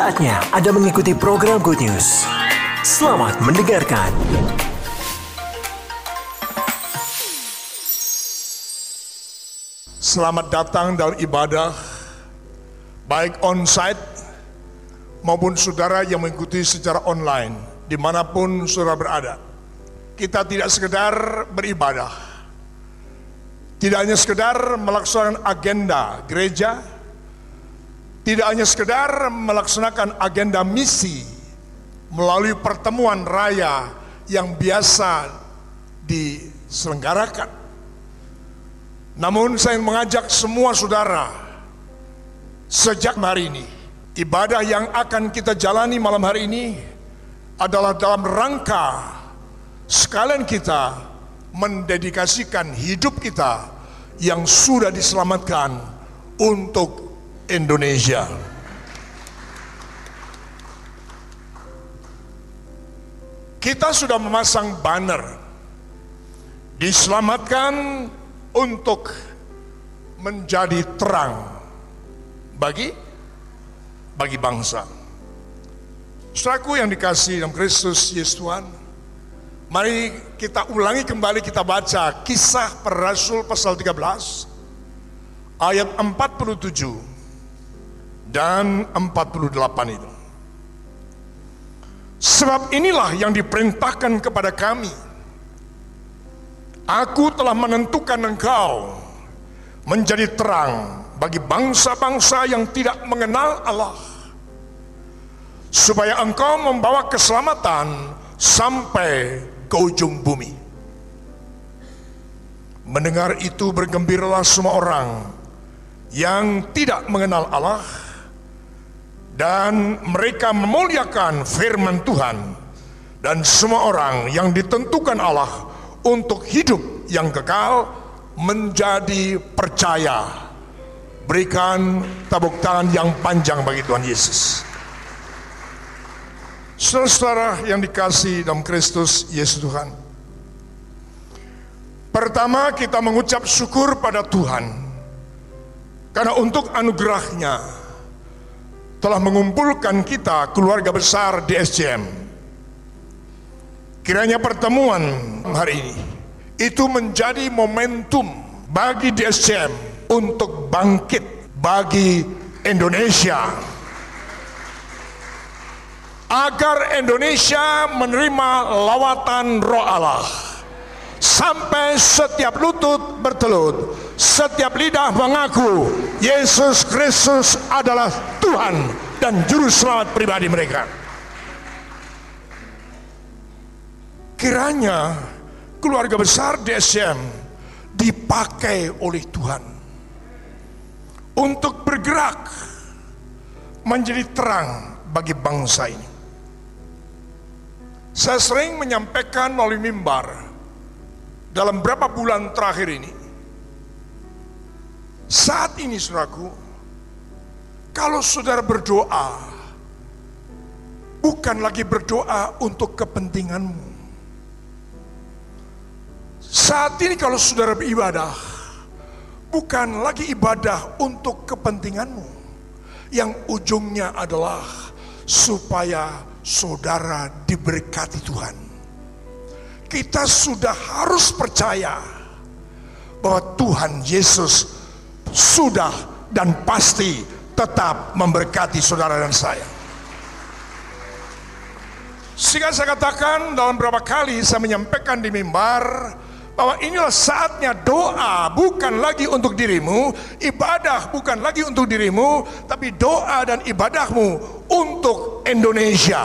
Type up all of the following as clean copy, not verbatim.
Saatnya Anda mengikuti program Good News. Selamat mendengarkan. Selamat datang dalam ibadah, baik on-site maupun saudara yang mengikuti secara online, dimanapun saudara berada. Kita tidak sekedar beribadah, tidak hanya sekedar melaksanakan agenda gereja, tidak hanya sekedar melaksanakan agenda misi melalui pertemuan raya yang biasa diselenggarakan. Namun saya mengajak semua saudara, sejak hari ini, ibadah yang akan kita jalani malam hari ini adalah dalam rangka sekalian kita mendedikasikan hidup kita yang sudah diselamatkan untuk Indonesia. Kita sudah memasang banner diselamatkan untuk menjadi terang bagi bangsa. Saudaraku yang dikasihi dalam Kristus Yesus Tuhan, mari kita ulangi kembali, kita baca Kisah Para Rasul pasal 13 ayat 47 dan 48 itu. Sebab inilah yang diperintahkan kepada kami. Aku telah menentukan engkau menjadi terang bagi bangsa-bangsa yang tidak mengenal Allah, supaya engkau membawa keselamatan sampai ke ujung bumi. Mendengar itu bergembiralah semua orang yang tidak mengenal Allah, dan mereka memuliakan firman Tuhan, dan semua orang yang ditentukan Allah untuk hidup yang kekal menjadi percaya. Berikan tepuk tangan yang panjang bagi Tuhan Yesus. Saudara-saudara yang dikasihi dalam Kristus Yesus Tuhan, pertama kita mengucap syukur pada Tuhan karena untuk anugerahnya telah mengumpulkan kita keluarga besar di SCM. Kiranya pertemuan hari ini itu menjadi momentum bagi DSCM untuk bangkit bagi Indonesia, agar Indonesia menerima lawatan Roh Allah, sampai setiap lutut bertelut, setiap lidah mengaku Yesus Kristus adalah Tuhan dan Juru Selamat pribadi mereka. Kiranya keluarga besar DSM dipakai oleh Tuhan untuk bergerak menjadi terang bagi bangsa ini. Saya sering menyampaikan melalui mimbar dalam beberapa bulan terakhir ini. Saat ini saudaraku, kalau saudara berdoa, bukan lagi berdoa untuk kepentinganmu. Saat ini kalau saudara beribadah, bukan lagi ibadah untuk kepentinganmu, yang ujungnya adalah supaya saudara diberkati Tuhan. Kita sudah harus percaya bahwa Tuhan Yesus sudah dan pasti tetap memberkati saudara dan saya. Sehingga saya katakan dalam beberapa kali saya menyampaikan di mimbar bahwa inilah saatnya doa bukan lagi untuk dirimu, ibadah bukan lagi untuk dirimu, tapi doa dan ibadahmu untuk Indonesia.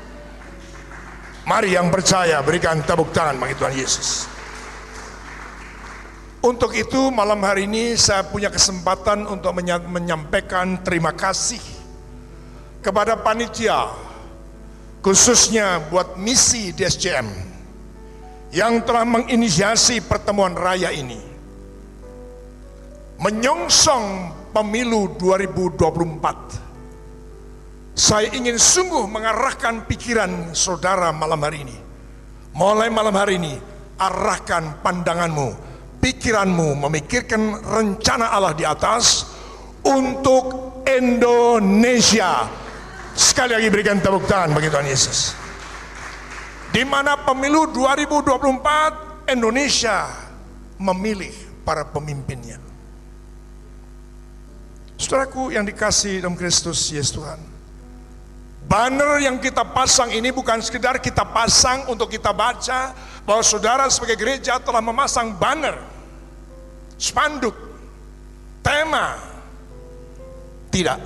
Mari yang percaya berikan tepuk tangan bagi Tuhan Yesus. Untuk itu malam hari ini saya punya kesempatan untuk menyampaikan terima kasih kepada panitia, khususnya buat misi DSCM yang telah menginisiasi pertemuan raya ini, menyongsong pemilu 2024. Saya ingin sungguh mengarahkan pikiran saudara malam hari ini. Mulai malam hari ini, arahkan pandanganmu, pikiranmu, memikirkan rencana Allah di atas untuk Indonesia Sekali lagi berikan tepuk tangan bagi Tuhan Yesus. Di mana pemilu 2024 Indonesia memilih para pemimpinnya. Saudaraku yang dikasihi dalam Kristus Yesus Tuhan, banner yang kita pasang ini bukan sekedar kita pasang untuk kita baca bahwa saudara sebagai gereja telah memasang banner, spanduk, tema. Tidak.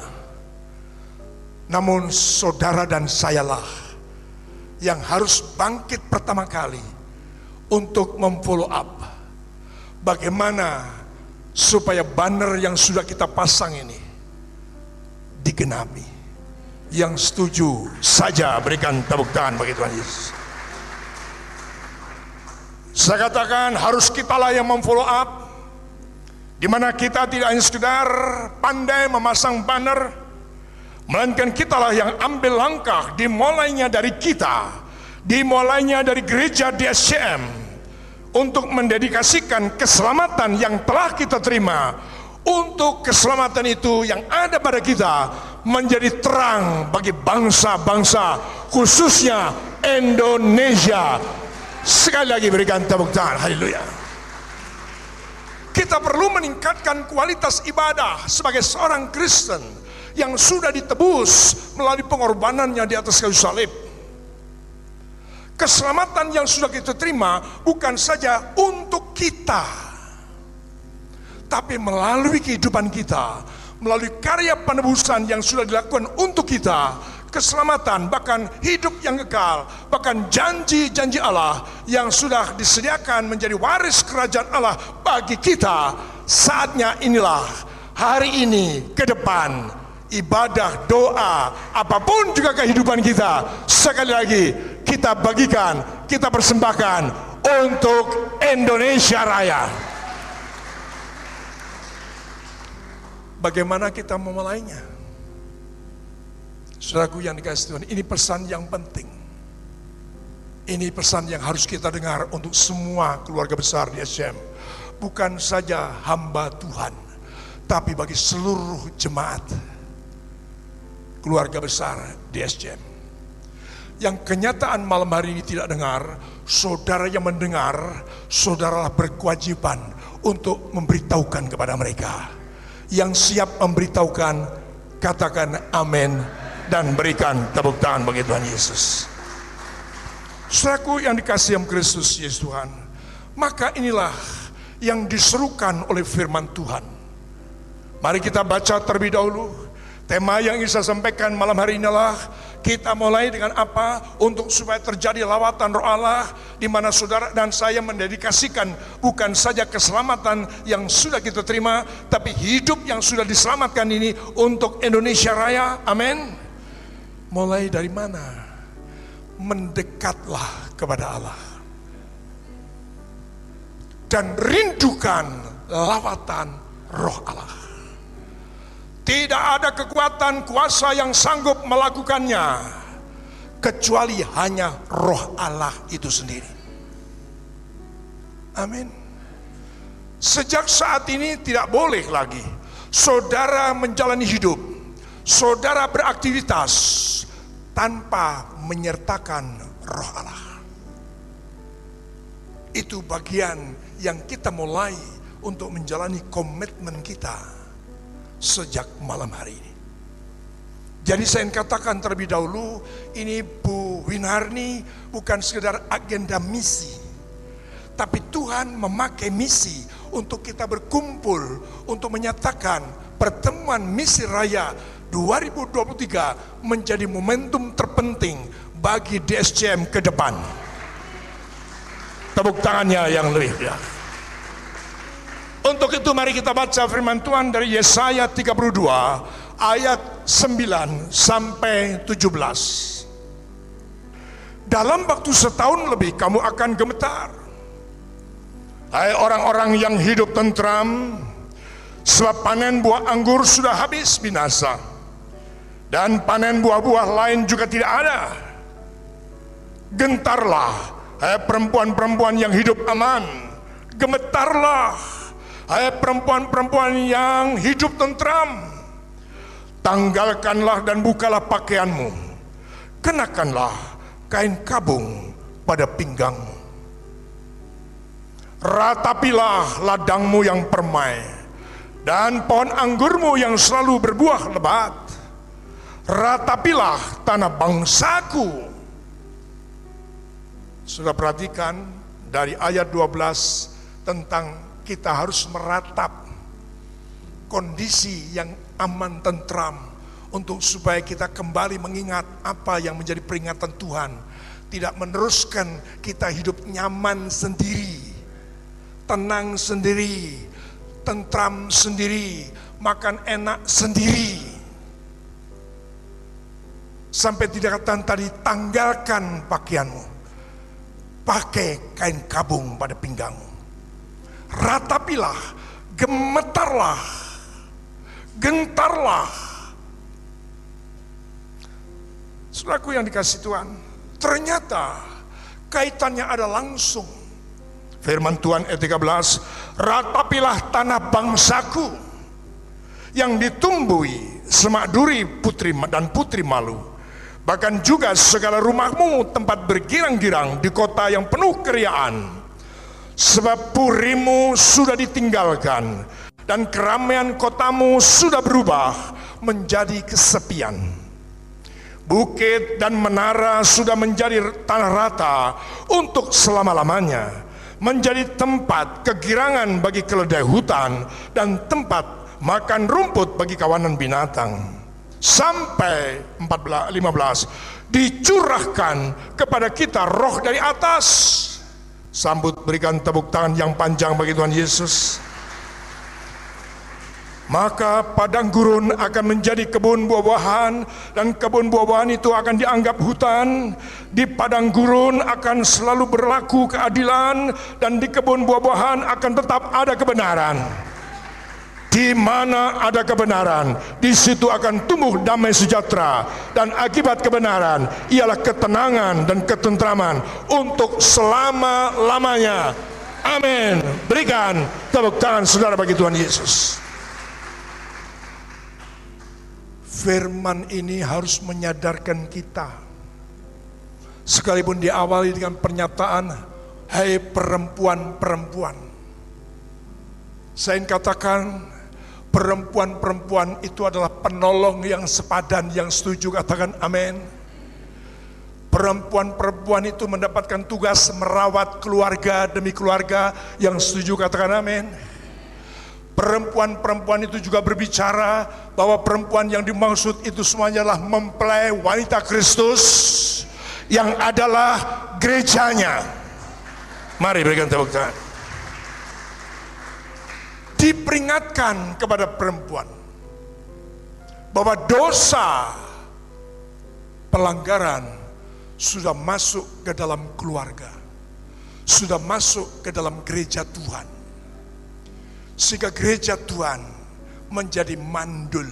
Namun saudara dan sayalah yang harus bangkit pertama kali untuk memfollow up bagaimana supaya banner yang sudah kita pasang ini digenapi. Yang setuju saja berikan tepuk tangan bagi Tuhan Yesus. Saya katakan harus kitalah yang memfollow up, di mana kita tidak hanya sekedar pandai memasang banner, melainkan kitalah yang ambil langkah, dimulainya dari kita, dimulainya dari gereja DSCM, untuk mendedikasikan keselamatan yang telah kita terima, untuk keselamatan itu yang ada pada kita menjadi terang bagi bangsa-bangsa, khususnya Indonesia. Sekali lagi berikan tepuk tangan, haleluya. Kita perlu meningkatkan kualitas ibadah sebagai seorang Kristen yang sudah ditebus melalui pengorbanannya di atas kayu salib. Keselamatan yang sudah kita terima bukan saja untuk kita, tapi melalui kehidupan kita, melalui karya penebusan yang sudah dilakukan untuk kita, keselamatan, bahkan hidup yang kekal, bahkan janji-janji Allah yang sudah disediakan menjadi waris kerajaan Allah bagi kita. Saatnya inilah, hari ini, ke depan, ibadah, doa, apapun juga kehidupan kita, sekali lagi kita bagikan, kita persembahkan untuk Indonesia Raya. Bagaimana kita memulainya? Saudaraku yang dikasihi Tuhan, ini pesan yang penting. Ini pesan yang harus kita dengar untuk semua keluarga besar di DSCM. Bukan saja hamba Tuhan, tapi bagi seluruh jemaat keluarga besar di DSCM. Yang kenyataan malam hari ini tidak dengar, saudara yang mendengar, saudaralah berkewajiban untuk memberitahukan kepada mereka. Yang siap memberitahukan, katakan amin dan berikan tepuk tangan bagi Tuhan Yesus. Saudaraku yang dikasihi Kristus Yesus Tuhan, maka inilah yang diserukan oleh firman Tuhan. Mari kita baca terlebih dahulu. Tema yang ingin saya sampaikan malam hari ini adalah kita mulai dengan apa untuk supaya terjadi lawatan Roh Allah, di mana saudara dan saya mendedikasikan bukan saja keselamatan yang sudah kita terima, tapi hidup yang sudah diselamatkan ini untuk Indonesia Raya. Amin. Mulai dari mana? Mendekatlah kepada Allah dan rindukan lawatan Roh Allah. Tidak ada kekuatan kuasa yang sanggup melakukannya kecuali hanya Roh Allah itu sendiri. Amin. Sejak saat ini tidak boleh lagi saudara menjalani hidup, saudara beraktivitas tanpa menyertakan Roh Allah. Itu bagian yang kita mulai untuk menjalani komitmen kita sejak malam hari ini. Jadi saya ingin katakan terlebih dahulu, ini Bu Winarni bukan sekedar agenda misi, tapi Tuhan memakai misi untuk kita berkumpul untuk menyatakan pertemuan misi raya 2023 menjadi momentum terpenting bagi DSCM ke depan. Tepuk tangannya yang lebih ya. Untuk itu mari kita baca firman Tuhan dari Yesaya 32 ayat 9 sampai 17. Dalam waktu setahun lebih kamu akan gemetar, hai orang-orang yang hidup tentram, sebab panen buah anggur sudah habis binasa, dan panen buah-buah lain juga tidak ada. Gentarlah, hai perempuan-perempuan yang hidup aman, gemetarlah, hai perempuan-perempuan yang hidup tentram. Tanggalkanlah dan bukalah pakaianmu, kenakanlah kain kabung pada pinggangmu. Ratapilah ladangmu yang permai dan pohon anggurmu yang selalu berbuah lebat. Ratapilah tanah bangsaku. Sudah perhatikan dari ayat 12 tentang kita harus meratap kondisi yang aman, tentram, untuk supaya kita kembali mengingat apa yang menjadi peringatan Tuhan. Tidak meneruskan kita hidup nyaman sendiri, tenang sendiri, tentram sendiri, makan enak sendiri. Sampai tidak katakan tadi, tanggalkan pakaianmu, pakai kain kabung pada pinggangmu. Ratapilah, gemetarlah, gentarlah. Saudaraku yang dikasihi Tuhan, ternyata kaitannya ada langsung. Firman Tuhan ayat 13, ratapilah tanah bangsaku yang ditumbuhi semak duri putri dan putri malu, bahkan juga segala rumahmu tempat bergirang-girang di kota yang penuh keriaan. Sebab purimu sudah ditinggalkan dan keramaian kotamu sudah berubah menjadi kesepian. Bukit dan menara sudah menjadi tanah rata untuk selama-lamanya, menjadi tempat kegirangan bagi keledai hutan dan tempat makan rumput bagi kawanan binatang. Sampai 15, dicurahkan kepada kita roh dari atas. Sambut, berikan tepuk tangan yang panjang bagi Tuhan Yesus. Maka padang gurun akan menjadi kebun buah-buahan, dan kebun buah-buahan itu akan dianggap hutan. Di padang gurun akan selalu berlaku keadilan, dan di kebun buah-buahan akan tetap ada kebenaran. Di mana ada kebenaran, di situ akan tumbuh damai sejahtera, dan akibat kebenaran ialah ketenangan dan ketentraman untuk selama-lamanya. Amin. Berikan tepuk tangan saudara bagi Tuhan Yesus. Firman ini harus menyadarkan kita, sekalipun diawali dengan pernyataan, hai perempuan-perempuan. Saya ingin katakan, perempuan-perempuan itu adalah penolong yang sepadan, yang setuju katakan amin. Perempuan-perempuan itu mendapatkan tugas merawat keluarga demi keluarga, yang setuju katakan amin. Perempuan-perempuan itu juga berbicara bahwa perempuan yang dimaksud itu semuanya adalah mempelai wanita Kristus yang adalah gerejanya. Mari berikan tepuk tangan. Diperingatkan kepada perempuan bahwa dosa pelanggaran sudah masuk ke dalam keluarga, sudah masuk ke dalam gereja Tuhan, sehingga gereja Tuhan menjadi mandul.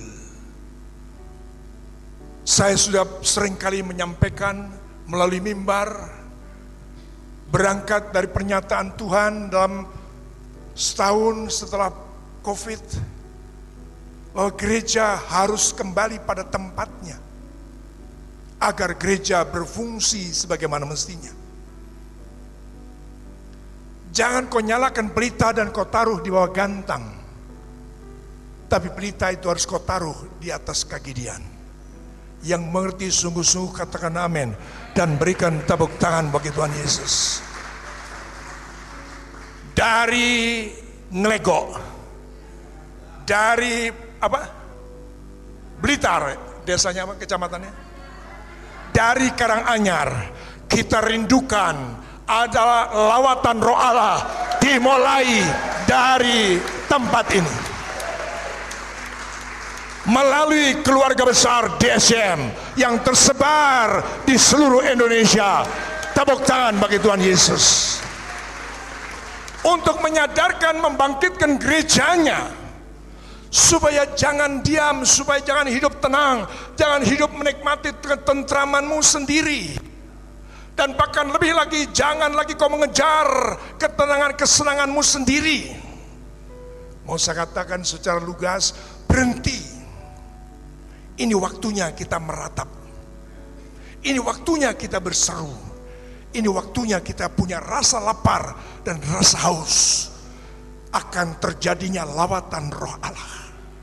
Saya sudah seringkali menyampaikan melalui mimbar, berangkat dari pernyataan Tuhan dalam setahun setelah COVID, bahwa gereja harus kembali pada tempatnya agar gereja berfungsi sebagaimana mestinya. Jangan kau nyalakan pelita dan kau taruh di bawah gantang, tapi pelita itu harus kau taruh di atas kaki Dian. Yang mengerti sungguh-sungguh katakan amin dan berikan tepuk tangan bagi Tuhan Yesus. Dari Ngelegok, dari Blitar, desanya apa, kecamatannya, dari Karanganyar, kita rindukan adalah lawatan Roh Allah dimulai dari tempat ini, melalui keluarga besar DSM yang tersebar di seluruh Indonesia. Tepuk tangan bagi Tuhan Yesus, untuk menyadarkan, membangkitkan gerejanya, supaya jangan diam, supaya jangan hidup tenang, jangan hidup menikmati ketentramanmu sendiri. Dan bahkan lebih lagi, jangan lagi kau mengejar ketenangan kesenanganmu sendiri. Mau saya katakan secara lugas, berhenti. Ini waktunya kita meratap. Ini waktunya kita berseru. Ini waktunya kita punya rasa lapar dan rasa haus akan terjadinya lawatan Roh Allah.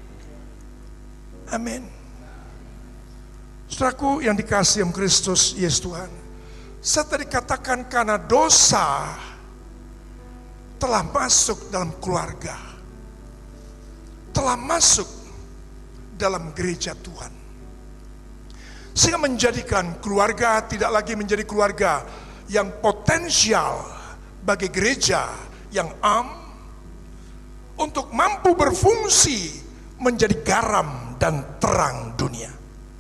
Amin. Saudaraku yang dikasihi Kristus Yesus Tuhan, saya tadi katakan karena dosa telah masuk dalam keluarga, telah masuk dalam gereja Tuhan, sehingga menjadikan keluarga tidak lagi menjadi keluarga yang potensial bagi gereja yang untuk mampu berfungsi menjadi garam dan terang dunia.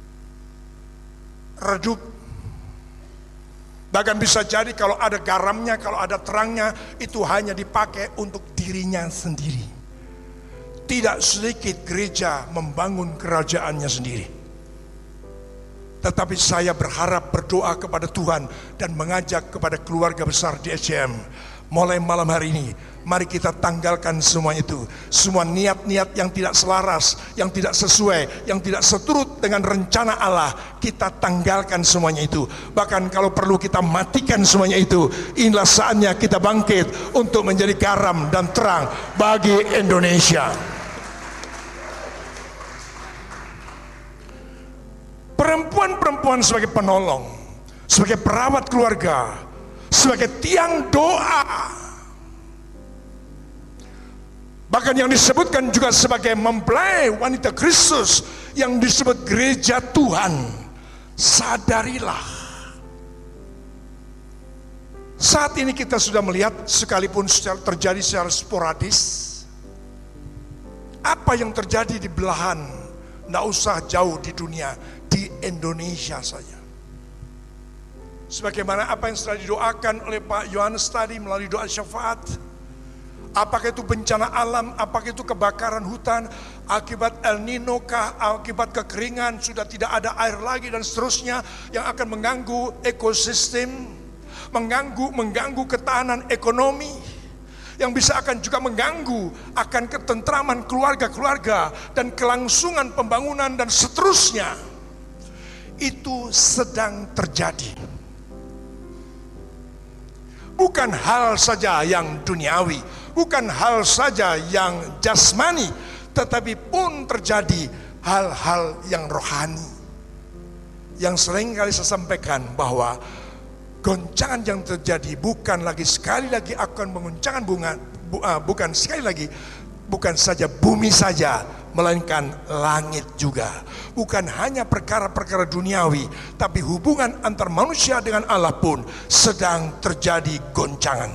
Redup. Bahkan bisa jadi kalau ada garamnya, kalau ada terangnya, itu hanya dipakai untuk dirinya sendiri. Tidak sedikit gereja membangun kerajaannya sendiri. Tetapi saya berharap berdoa kepada Tuhan dan mengajak kepada keluarga besar DSCM, mulai malam hari ini, mari kita tanggalkan semua itu. Semua niat-niat yang tidak selaras, yang tidak sesuai, yang tidak seturut dengan rencana Allah, kita tanggalkan semuanya itu. Bahkan kalau perlu kita matikan semuanya itu. Inilah saatnya kita bangkit untuk menjadi garam dan terang bagi Indonesia. Perempuan-perempuan sebagai penolong, sebagai perawat keluarga, sebagai tiang doa, bahkan yang disebutkan juga sebagai mempelai wanita Kristus yang disebut gereja Tuhan. Sadarilah, saat ini kita sudah melihat, sekalipun terjadi secara sporadis, apa yang terjadi di belahan, tidak usah jauh di dunia, di Indonesia saja. Sebagaimana apa yang sudah didoakan oleh Pak Yohanes tadi melalui doa syafaat. Apakah itu bencana alam, apakah itu kebakaran hutan, akibat El Nino kah, akibat kekeringan, sudah tidak ada air lagi dan seterusnya, yang akan mengganggu ekosistem, mengganggu ketahanan ekonomi, yang bisa akan juga mengganggu akan ketentraman keluarga-keluarga dan kelangsungan pembangunan dan seterusnya. Itu sedang terjadi. Bukan hal saja yang duniawi, bukan hal saja yang jasmani, tetapi pun terjadi hal-hal yang rohani. Yang sering kali saya sampaikan bahwa goncangan yang terjadi bukan lagi sekali lagi akan mengoncangkan bukan sekali lagi, bukan saja bumi saja, melainkan langit juga. Bukan hanya perkara-perkara duniawi, tapi hubungan antar manusia dengan Allah pun sedang terjadi goncangan.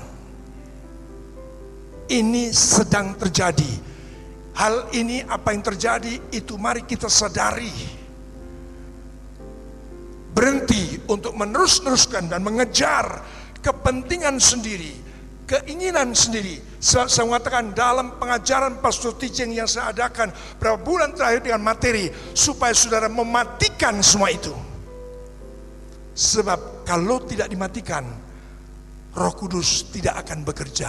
Ini sedang terjadi. Hal ini apa yang terjadi itu mari kita sadari. Berhenti untuk menerus-neruskan dan mengejar kepentingan sendiri, keinginan sendiri. Saya mengatakan dalam pengajaran pastor teaching yang saya adakan beberapa bulan terakhir dengan materi, supaya saudara mematikan semua itu. Sebab kalau tidak dimatikan, Roh Kudus tidak akan bekerja.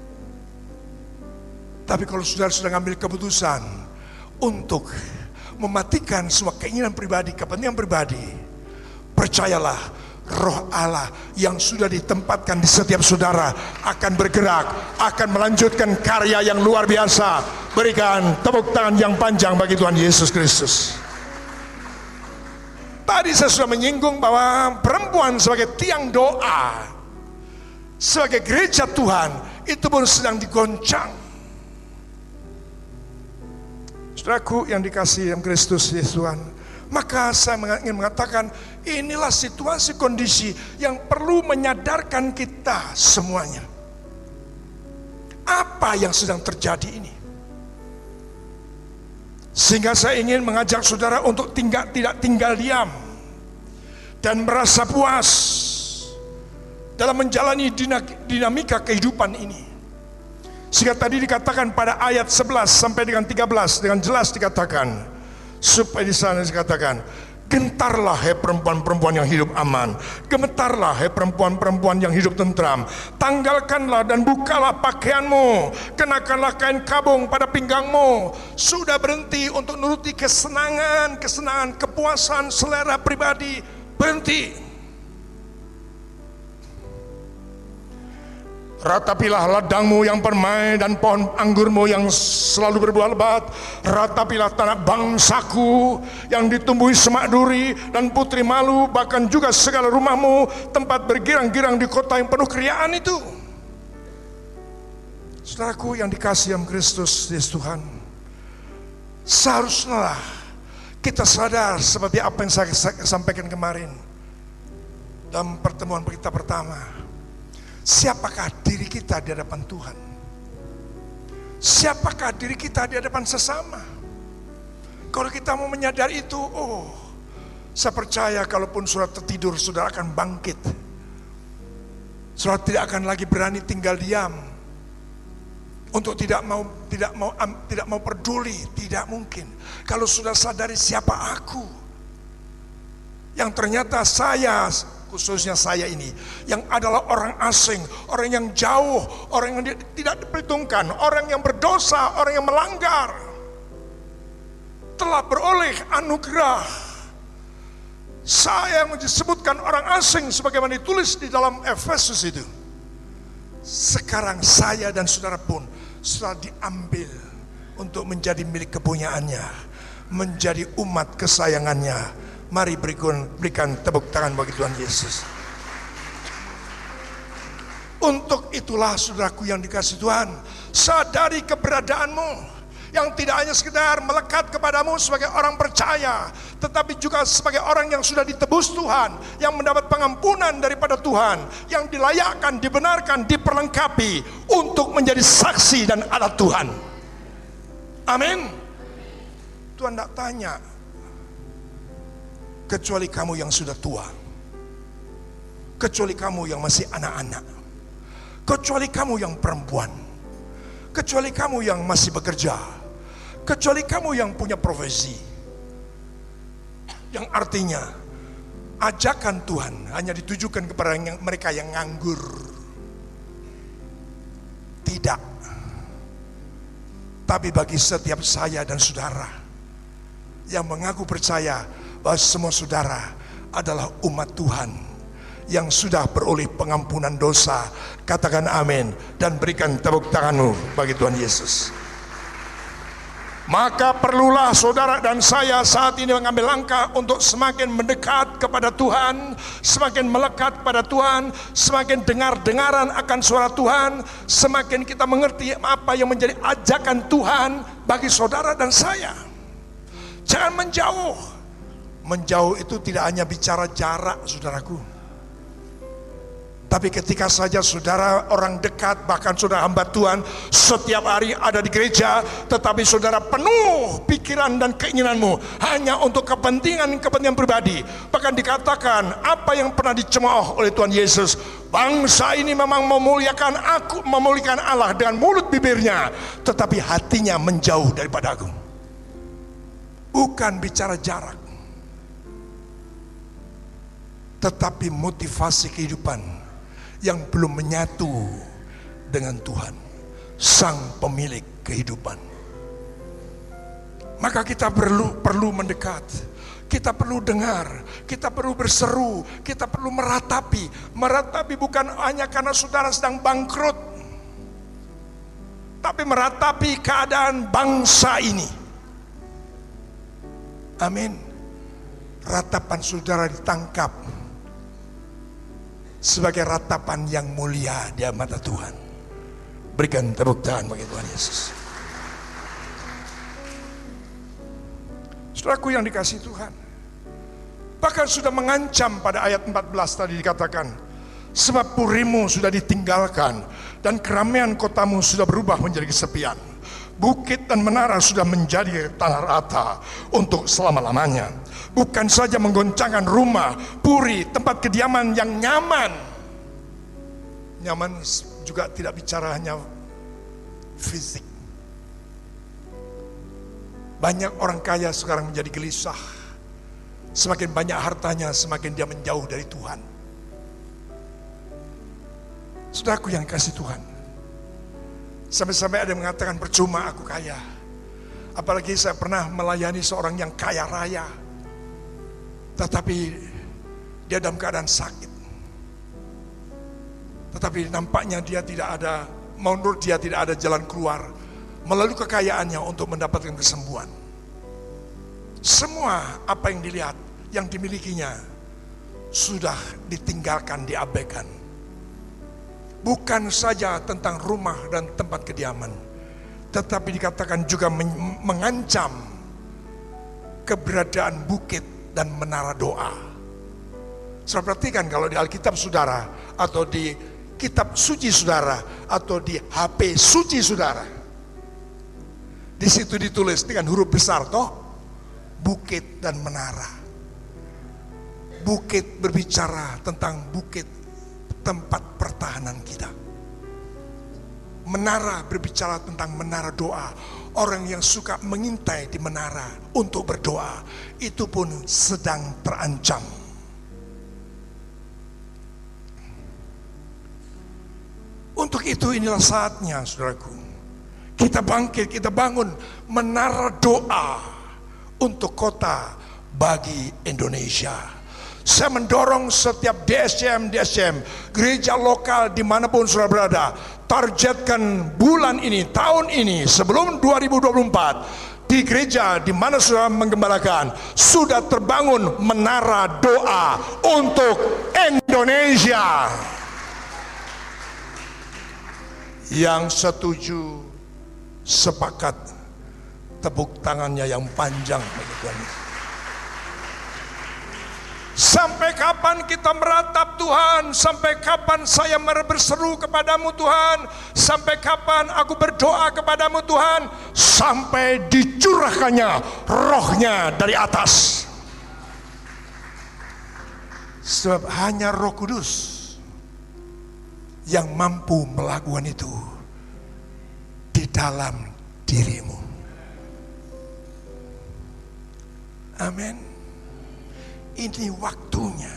Tapi kalau saudara sudah mengambil keputusan untuk mematikan semua keinginan pribadi, kepentingan pribadi, percayalah, Roh Allah yang sudah ditempatkan di setiap saudara akan bergerak, akan melanjutkan karya yang luar biasa. Berikan tepuk tangan yang panjang bagi Tuhan Yesus Kristus. Tadi saya sudah menyinggung bahwa perempuan sebagai tiang doa, sebagai gereja Tuhan, itu pun sedang digoncang. Saudaraku yang dikasihi dalam Kristus Yesus Tuhan, maka saya ingin mengatakan inilah situasi kondisi yang perlu menyadarkan kita semuanya. Apa yang sedang terjadi ini? Sehingga saya ingin mengajak saudara untuk tidak tinggal diam dan merasa puas dalam menjalani dinamika kehidupan ini. Sehingga tadi dikatakan pada ayat 11 sampai dengan 13 dengan jelas dikatakan, supaya di sana dikatakan, Gentarlah hai perempuan-perempuan yang hidup aman. Gemetarlah hai perempuan-perempuan yang hidup tentram. Tanggalkanlah dan bukalah pakaianmu. Kenakanlah kain kabung pada pinggangmu. Sudah berhenti untuk nuruti kesenangan, kepuasan, selera pribadi. Berhenti. Ratapilah ladangmu yang permai dan pohon anggurmu yang selalu berbuah lebat. Ratapilah tanah bangsaku yang ditumbuhi semak duri dan putri malu, bahkan juga segala rumahmu, tempat bergirang-girang di kota yang penuh keriaan itu. Saudaraku yang dikasihi dalam Kristus Yesus Tuhan, seharusnya kita sadar seperti apa yang saya sampaikan kemarin dalam pertemuan kita pertama. Siapakah diri kita di hadapan Tuhan? Siapakah diri kita di hadapan sesama? Kalau kita mau menyadari itu, saya percaya kalaupun saudara tertidur, saudara akan bangkit. Saudara tidak akan lagi berani tinggal diam untuk tidak mau peduli. Tidak mungkin. Kalau sudah sadari siapa aku, yang ternyata saya, khususnya saya ini, yang adalah orang asing, orang yang jauh, orang yang tidak diperhitungkan, orang yang berdosa, orang yang melanggar, telah beroleh anugerah. Saya yang disebutkan orang asing sebagaimana ditulis di dalam Efesus itu. Sekarang saya dan saudara pun sudah diambil untuk menjadi milik kepunyaannya, menjadi umat kesayangannya. Mari berikan tepuk tangan bagi Tuhan Yesus. Untuk itulah saudaraku yang dikasihi Tuhan, sadari keberadaanmu yang tidak hanya sekedar melekat kepadamu sebagai orang percaya, tetapi juga sebagai orang yang sudah ditebus Tuhan, yang mendapat pengampunan daripada Tuhan, yang dilayakkan, dibenarkan, diperlengkapi untuk menjadi saksi dan alat Tuhan. Amin. Tuhan tidak tanya kecuali kamu yang sudah tua, kecuali kamu yang masih anak-anak, kecuali kamu yang perempuan, kecuali kamu yang masih bekerja, kecuali kamu yang punya profesi. Yang artinya ajakan Tuhan hanya ditujukan kepada mereka yang nganggur. Tidak. Tapi bagi setiap saya dan saudara yang mengaku percaya bahwa semua saudara adalah umat Tuhan yang sudah beroleh pengampunan dosa. Katakan amin dan berikan tepuk tanganmu bagi Tuhan Yesus. Maka perlulah saudara dan saya saat ini mengambil langkah untuk semakin mendekat kepada Tuhan, semakin melekat kepada Tuhan, semakin dengar-dengaran akan suara Tuhan, semakin kita mengerti apa yang menjadi ajakan Tuhan bagi saudara dan saya. Jangan menjauh. Menjauh itu tidak hanya bicara jarak, saudaraku. Tapi ketika saja saudara orang dekat, bahkan saudara hamba Tuhan, setiap hari ada di gereja, tetapi saudara penuh pikiran dan keinginanmu hanya untuk kepentingan pribadi. Bahkan dikatakan apa yang pernah dicemooh oleh Tuhan Yesus, bangsa ini memang memuliakan Allah dengan mulut bibirnya, tetapi hatinya menjauh daripada Aku. Bukan bicara jarak, tetapi motivasi kehidupan yang belum menyatu dengan Tuhan, Sang Pemilik kehidupan. Maka kita perlu mendekat, kita perlu dengar, kita perlu berseru, kita perlu meratapi. Meratapi bukan hanya karena saudara sedang bangkrut, tapi meratapi keadaan bangsa ini. Amin. Ratapan saudara ditangkap sebagai ratapan yang mulia di mata Tuhan. Berikan tepuk tangan bagi Tuhan Yesus. Saudaraku yang dikasihi Tuhan, bahkan sudah mengancam pada ayat 14 tadi dikatakan, sebab purimu sudah ditinggalkan dan keramaian kotamu sudah berubah menjadi kesepian. Bukit dan menara sudah menjadi tanah rata untuk selama-lamanya. Bukan saja menggoncangkan rumah, puri, tempat kediaman yang nyaman. Nyaman juga tidak bicara hanya fisik. Banyak orang kaya sekarang menjadi gelisah. Semakin banyak hartanya, semakin dia menjauh dari Tuhan. Saudaraku yang kasih Tuhan, sampai-sampai ada yang mengatakan percuma aku kaya. Apalagi saya pernah melayani seorang yang kaya raya, tetapi dia dalam keadaan sakit. Tetapi nampaknya dia tidak ada, menurut dia tidak ada jalan keluar melalui kekayaannya untuk mendapatkan kesembuhan. Semua apa yang dilihat, yang dimilikinya sudah ditinggalkan, diabaikan. Bukan saja tentang rumah dan tempat kediaman, tetapi dikatakan juga mengancam keberadaan bukit dan menara doa. Saudara perhatikan kalau di Alkitab saudara, atau di kitab suci saudara, atau di HP suci saudara, di situ ditulis dengan huruf besar toh, bukit dan menara. Bukit berbicara tentang bukit tempat pertahanan kita. Menara berbicara tentang menara doa. Orang yang suka mengintai di menara untuk berdoa, itu pun sedang terancam. Untuk itu inilah saatnya saudaraku, kita bangkit, kita bangun menara doa untuk kota bagi Indonesia. Saya mendorong setiap DSCM, gereja lokal dimanapun saudara berada, targetkan bulan ini, tahun ini, sebelum 2024, di gereja di mana saudara menggembalakan, sudah terbangun menara doa untuk Indonesia. Yang setuju, sepakat, tepuk tangannya yang panjang bagi Tuhan. Sampai kapan kita meratap Tuhan? Sampai kapan saya berseru kepadamu Tuhan? Sampai kapan aku berdoa kepadamu Tuhan? Sampai dicurahkannya rohnya dari atas. Sebab hanya Roh Kudus yang mampu melakukan itu di dalam dirimu. Amin. Ini waktunya.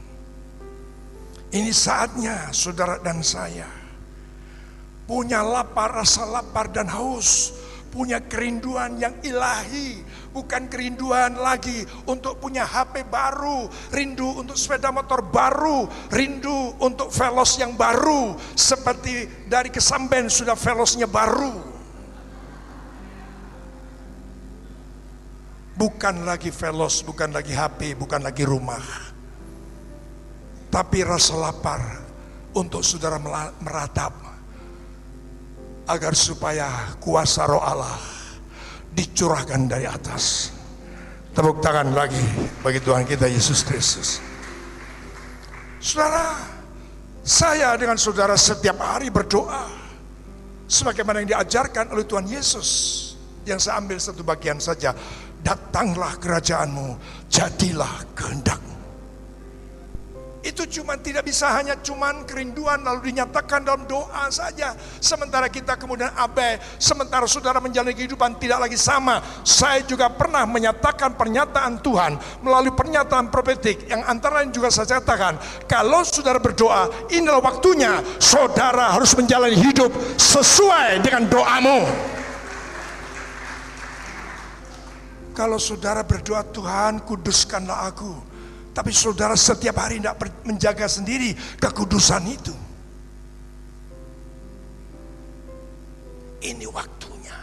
Ini saatnya saudara dan saya punya lapar, rasa lapar dan haus, punya kerinduan yang ilahi, bukan kerinduan lagi untuk punya HP baru, rindu untuk sepeda motor baru, rindu untuk Veloz yang baru, seperti dari Kesamben sudah Veloznya baru. Bukan lagi Veloz, bukan lagi HP, bukan lagi rumah. Tapi rasa lapar untuk saudara meratap, agar supaya kuasa Roh Allah dicurahkan dari atas. Tepuk tangan lagi bagi Tuhan kita Yesus Kristus. Saudara, saya dengan saudara setiap hari berdoa sebagaimana yang diajarkan oleh Tuhan Yesus. Yang saya ambil satu bagian saja. Datanglah kerajaanmu, jadilah kehendakmu. Itu tidak bisa hanya kerinduan lalu dinyatakan dalam doa saja. Sementara kita kemudian abai, sementara saudara menjalani kehidupan tidak lagi sama. Saya juga pernah menyatakan pernyataan Tuhan melalui pernyataan profetik yang antara lain juga saya katakan, kalau saudara berdoa, inilah waktunya saudara harus menjalani hidup sesuai dengan doamu. Kalau saudara berdoa, Tuhan kuduskanlah aku, tapi saudara setiap hari tidak menjaga sendiri kekudusan itu, ini waktunya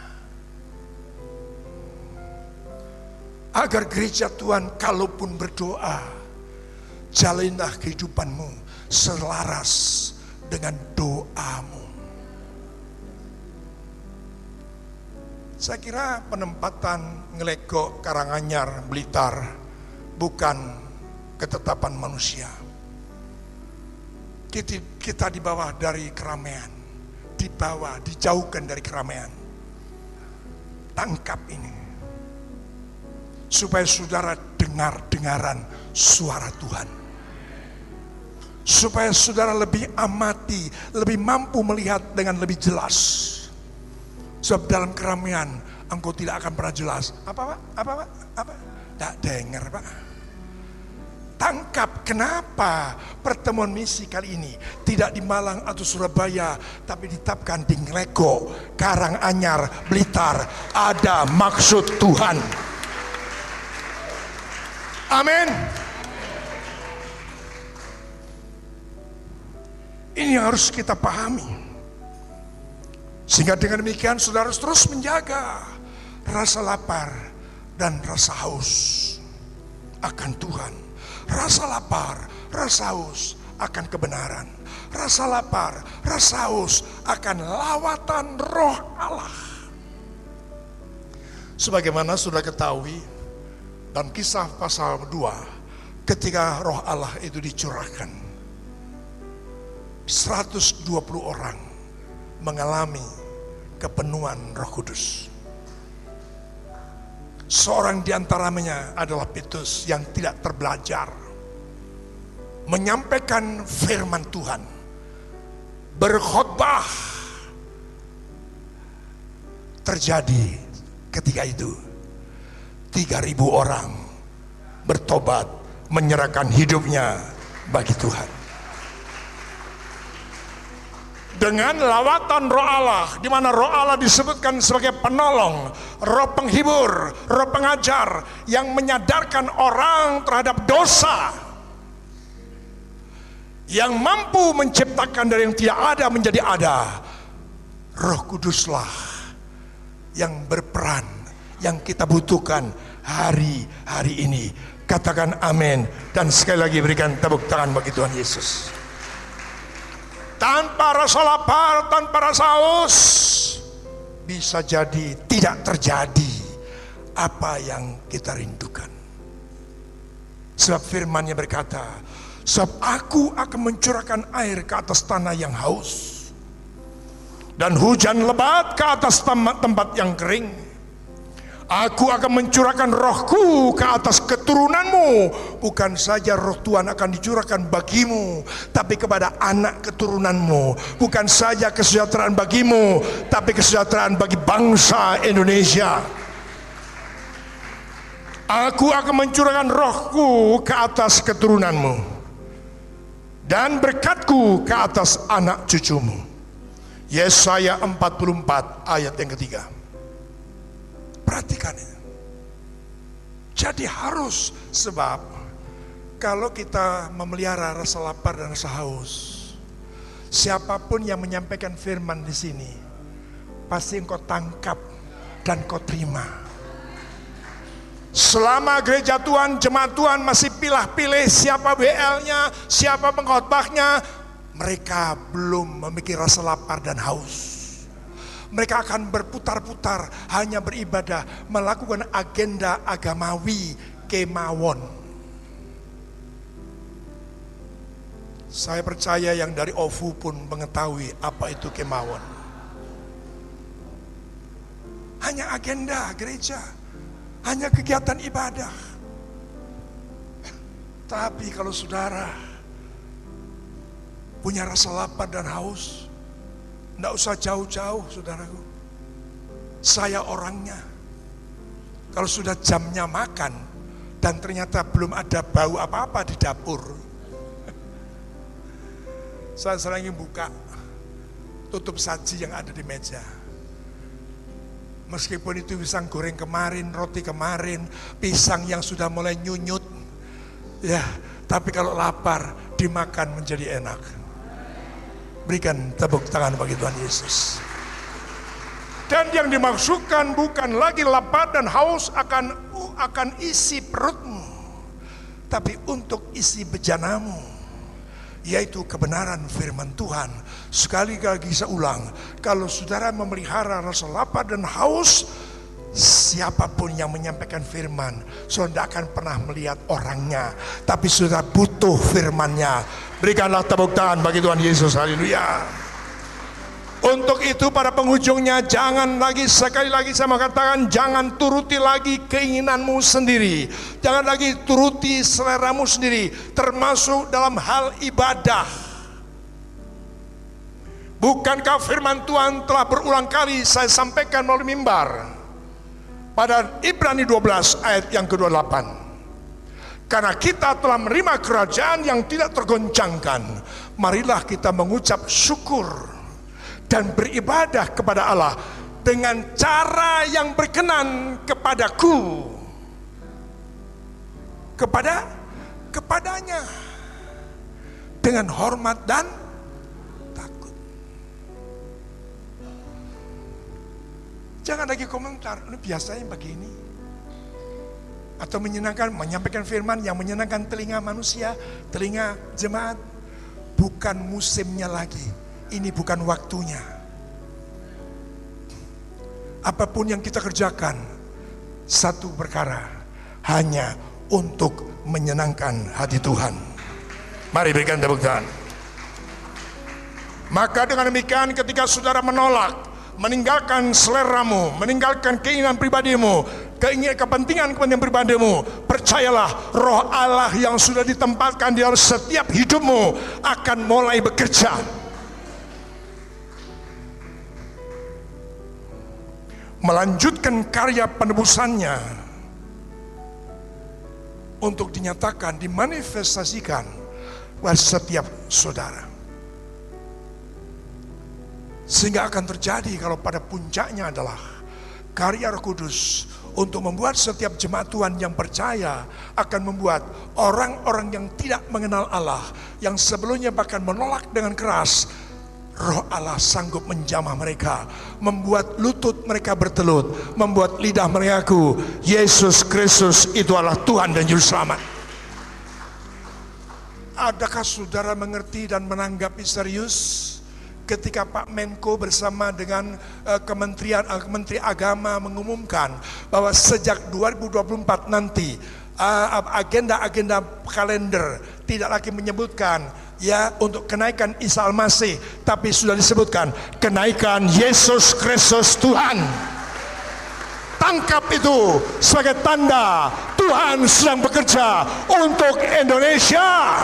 agar gereja Tuhan kalaupun berdoa, jalinlah kehidupanmu selaras dengan doamu. Saya kira penempatan Ngelegok, Karanganyar, Blitar bukan ketetapan manusia. Kita dibawa dari keramaian, dijauhkan dari keramaian. Tangkap ini, supaya saudara dengaran suara Tuhan, supaya saudara lebih amati, lebih mampu melihat dengan lebih jelas. Sebab dalam keramaian engkau tidak akan pernah jelas. Apa Pak? Tidak dengar Pak. tangkap kenapa pertemuan misi kali ini tidak di Malang atau Surabaya, tapi ditetapkan di Nglego, Karanganyar, Blitar. Ada maksud Tuhan. Amin. Ini yang harus kita pahami. Sehingga dengan demikian saudara harus terus menjaga rasa lapar dan rasa haus akan Tuhan. Rasa lapar, rasa haus akan kebenaran. Rasa lapar, rasa haus akan lawatan Roh Allah. Sebagaimana sudah ketahui dalam Kisah pasal 2, ketika Roh Allah itu dicurahkan, 120 orang mengalami kepenuhan Roh Kudus. Seorang di antaranya adalah Petrus yang tidak terbelajar menyampaikan firman Tuhan, berkhotbah. Terjadi ketika itu 3.000 orang bertobat, menyerahkan hidupnya bagi Tuhan. Dengan lawatan Roh Allah, di mana Roh Allah disebutkan sebagai penolong, Roh penghibur, Roh pengajar yang menyadarkan orang terhadap dosa, yang mampu menciptakan dari yang tidak ada menjadi ada. Roh Kuduslah yang berperan, yang kita butuhkan hari-hari ini. Katakan amin, dan sekali lagi berikan tepuk tangan bagi Tuhan Yesus. Tanpa rasa lapar, tanpa rasa haus, bisa jadi tidak terjadi apa yang kita rindukan. Sebab firman-Nya berkata, sebab aku akan mencurahkan air ke atas tanah yang haus, dan hujan lebat ke atas tempat yang kering. Aku akan mencurahkan rohku ke atas keturunanmu. Bukan saja roh Tuhan akan dicurahkan bagimu, tapi kepada anak keturunanmu. Bukan saja kesejahteraan bagimu, tapi kesejahteraan bagi bangsa Indonesia. Aku akan mencurahkan rohku ke atas keturunanmu, dan berkatku ke atas anak cucumu. Yesaya 44 ayat yang ketiga. Perhatikan ini. Jadi harus, sebab kalau kita memelihara rasa lapar dan rasa haus, siapapun yang menyampaikan firman di sini, pasti engkau tangkap dan kau terima. Selama gereja Tuhan, jemaat Tuhan masih pilih-pilih siapa WL-nya, siapa pengkhotbahnya, mereka belum memiliki rasa lapar dan haus. Mereka akan berputar-putar, hanya beribadah, melakukan agenda agamawi, kemawon. Saya percaya yang dari OVU pun mengetahui apa itu kemawon. Hanya agenda gereja, hanya kegiatan ibadah. Tapi kalau saudara punya rasa lapar dan haus, tidak usah jauh-jauh, saudaraku. Saya orangnya. Kalau sudah jamnya makan dan ternyata belum ada bau apa-apa di dapur, saya sering buka tutup saji yang ada di meja. Meskipun itu pisang goreng kemarin, roti kemarin, pisang yang sudah mulai nyunyut, ya, tapi kalau lapar dimakan menjadi enak. Berikan tepuk tangan bagi Tuhan Yesus. Dan yang dimaksudkan bukan lagi lapar dan haus akan isi perutmu, tapi untuk isi bejanamu, yaitu kebenaran firman Tuhan. Sekali lagi saya ulang, kalau saudara memelihara rasa lapar dan haus, siapapun yang menyampaikan firman, saudara tidak akan pernah melihat orangnya, tapi saudara butuh firman-Nya. Berikanlah tepuk tangan bagi Tuhan Yesus, haleluya. Untuk itu pada penghujungnya, jangan lagi, sekali lagi saya mengatakan, jangan turuti lagi keinginanmu sendiri, jangan lagi turuti seleramu sendiri, termasuk dalam hal ibadah. Bukankah firman Tuhan telah berulang kali saya sampaikan melalui mimbar pada Ibrani 12 ayat yang ke-28, Karena kita telah menerima kerajaan yang tidak tergoncangkan, marilah kita mengucap syukur dan beribadah kepada Allah dengan cara yang berkenan kepadaku, kepadanya, dengan hormat dan takut. Jangan lagi komentar, ini biasanya begini. Atau menyampaikan firman yang menyenangkan telinga manusia, telinga jemaat. Bukan musimnya lagi, ini bukan waktunya. Apapun yang kita kerjakan, satu perkara, hanya untuk menyenangkan hati Tuhan. Mari berikan tepuk tangan. Maka dengan demikian ketika saudara menolak, meninggalkan seleramu, meninggalkan keinginan pribadimu, kepentingan pribadimu, percayalah roh Allah yang sudah ditempatkan di dalam setiap hidupmu akan mulai bekerja. Melanjutkan karya penebusannya untuk dinyatakan, dimanifestasikan pada setiap saudara. Sehingga akan terjadi kalau pada puncaknya adalah karya Roh Kudus untuk membuat setiap jemaat Tuhan yang percaya, akan membuat orang-orang yang tidak mengenal Allah, yang sebelumnya bahkan menolak dengan keras, Roh Allah sanggup menjamah mereka, membuat lutut mereka bertelut, membuat lidah mengaku Yesus Kristus itu adalah Tuhan dan Juru Selamat. Adakah saudara mengerti dan menanggapi serius ketika Pak Menko bersama dengan Menteri Agama mengumumkan bahwa sejak 2024 nanti agenda-agenda kalender tidak lagi menyebutkan untuk kenaikan Isa Al-Masih, tapi sudah disebutkan kenaikan Yesus Kristus Tuhan. Tangkap itu sebagai tanda Tuhan sedang bekerja untuk Indonesia.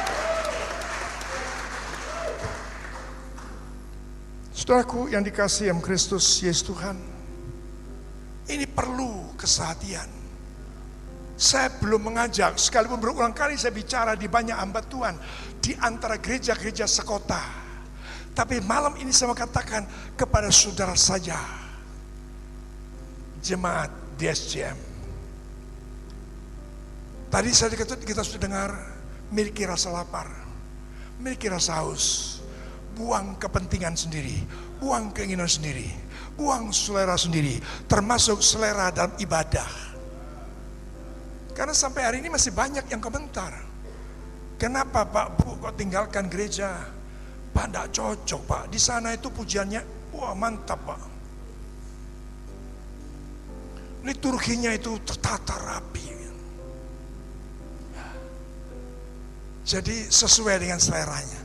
Saudaraku yang dikasihi Kristus Yesus Tuhan, ini perlu kesehatian. Saya belum mengajak, sekalipun berulang kali saya bicara di banyak hamba Tuhan, di antara gereja-gereja sekota. Tapi malam ini saya mau katakan kepada saudara saja, jemaat DSJM. Tadi kita sudah dengar, miliki rasa lapar, miliki rasa haus. Buang kepentingan sendiri, buang keinginan sendiri, buang selera sendiri, termasuk selera dalam ibadah. Karena sampai hari ini masih banyak yang komentar, kenapa Pak Bu kok tinggalkan gereja? Pak, tidak cocok Pak, di sana itu pujiannya, wah mantap Pak, liturginya itu tertata rapi, jadi sesuai dengan seleranya.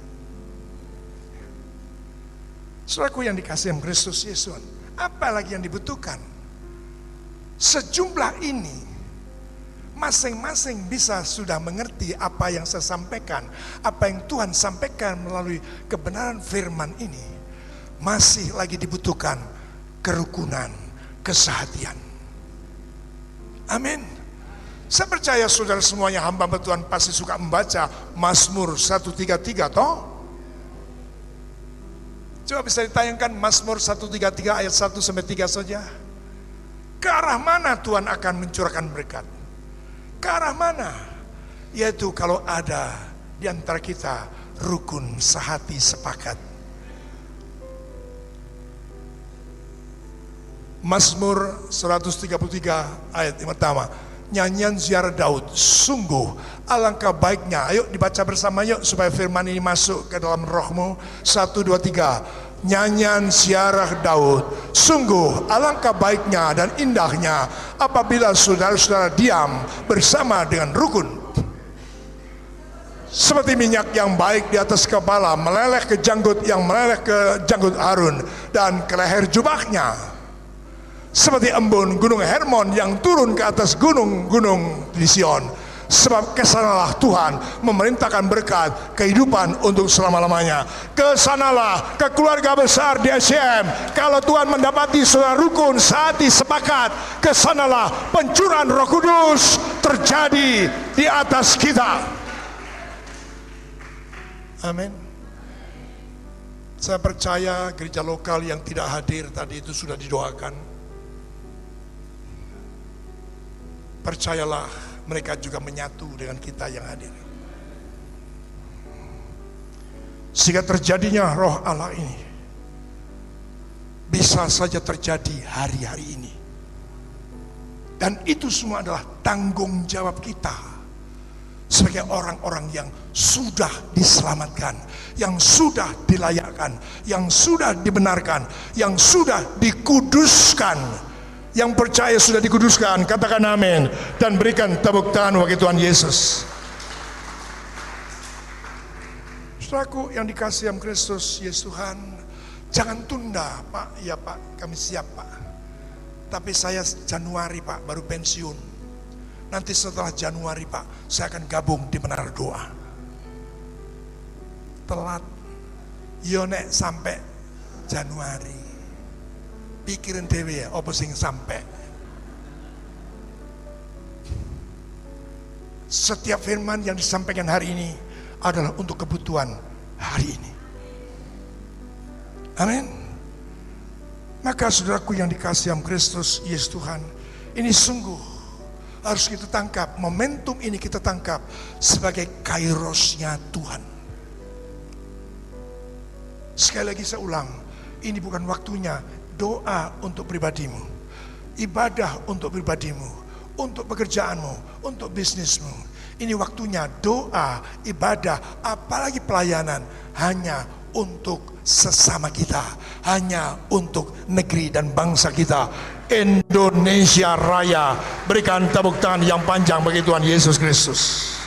Saudaraku yang dikasihi Kristus Yesus, apa lagi yang dibutuhkan? Sejumlah ini masing-masing bisa sudah mengerti apa yang saya sampaikan, apa yang Tuhan sampaikan melalui kebenaran firman ini. Masih lagi dibutuhkan kerukunan, kesehatian. Amin. Saya percaya saudara semuanya hamba Tuhan pasti suka membaca Mazmur 133 toh? Coba bisa ditayangkan Mazmur 133 ayat 1 sampai 3 saja. Ke arah mana Tuhan akan mencurahkan berkat? Ke arah mana? Yaitu kalau ada di antara kita rukun sehati sepakat. Mazmur 133 ayat yang pertama. Nyanyian ziarah Daud, sungguh alangkah baiknya. Ayo dibaca bersama yuk supaya firman ini masuk ke dalam rohmu. 1, 2, 3. Nyanyian ziarah Daud, sungguh alangkah baiknya dan indahnya apabila saudara-saudara diam bersama dengan rukun. Seperti minyak yang baik di atas kepala meleleh ke janggut yang meleleh ke janggut Harun dan ke leher jubahnya. Seperti embun gunung Hermon yang turun ke atas gunung-gunung di Sion. sebab kesanalah Tuhan memerintahkan berkat kehidupan untuk selama-lamanya. Kesanalah ke keluarga besar DSCM. Kalau Tuhan mendapati saudara rukun sehati sepakat, kesanalah pencurahan Roh Kudus terjadi di atas kita. Amin. Saya percaya gereja lokal yang tidak hadir tadi itu sudah didoakan. Percayalah, mereka juga menyatu dengan kita yang hadir. Sehingga terjadinya Roh Allah ini bisa saja terjadi hari-hari ini. Dan itu semua adalah tanggung jawab kita sebagai orang-orang yang sudah diselamatkan, yang sudah dilayakkan, yang sudah dibenarkan, yang sudah dikuduskan. Yang percaya sudah dikuduskan, katakan amin dan berikan tepuk tangan bagi Tuhan Yesus. Saudaraku yang dikasihi dalam Kristus Yesus Tuhan, jangan tunda, Pak. Ya Pak, kami siap Pak. Tapi saya Januari Pak, baru pensiun. Nanti setelah Januari Pak, saya akan gabung di Menara Doa. Telat, yonek sampai Januari. Pikirin dewe ya, apa sing sampai. Setiap firman yang disampaikan hari ini adalah untuk kebutuhan hari ini. Amin. Maka saudaraku yang dikasihi dalam Kristus Yesus Tuhan, ini sungguh harus kita tangkap. Momentum ini kita tangkap sebagai kairosnya Tuhan. Sekali lagi saya ulang, ini bukan waktunya doa untuk pribadimu, ibadah untuk pribadimu, untuk pekerjaanmu, untuk bisnismu. Ini waktunya doa, ibadah, apalagi pelayanan hanya untuk sesama kita, hanya untuk negeri dan bangsa kita, Indonesia Raya. Berikan tepuk tangan yang panjang bagi Tuhan Yesus Kristus.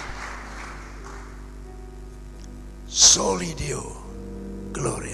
Soli Deo Gloria.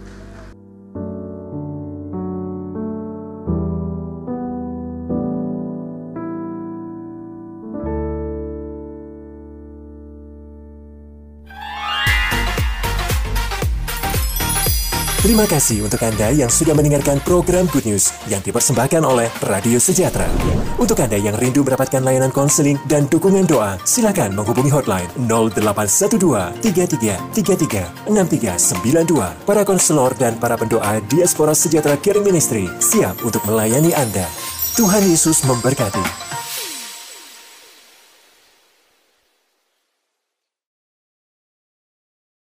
Terima kasih untuk Anda yang sudah mendengarkan program Good News yang dipersembahkan oleh Radio Sejahtera. Untuk Anda yang rindu mendapatkan layanan konseling dan dukungan doa, silakan menghubungi hotline 0812 33 33 6392. Para konselor dan para pendoa Diaspora Sejahtera Caring Ministry siap untuk melayani Anda. Tuhan Yesus memberkati.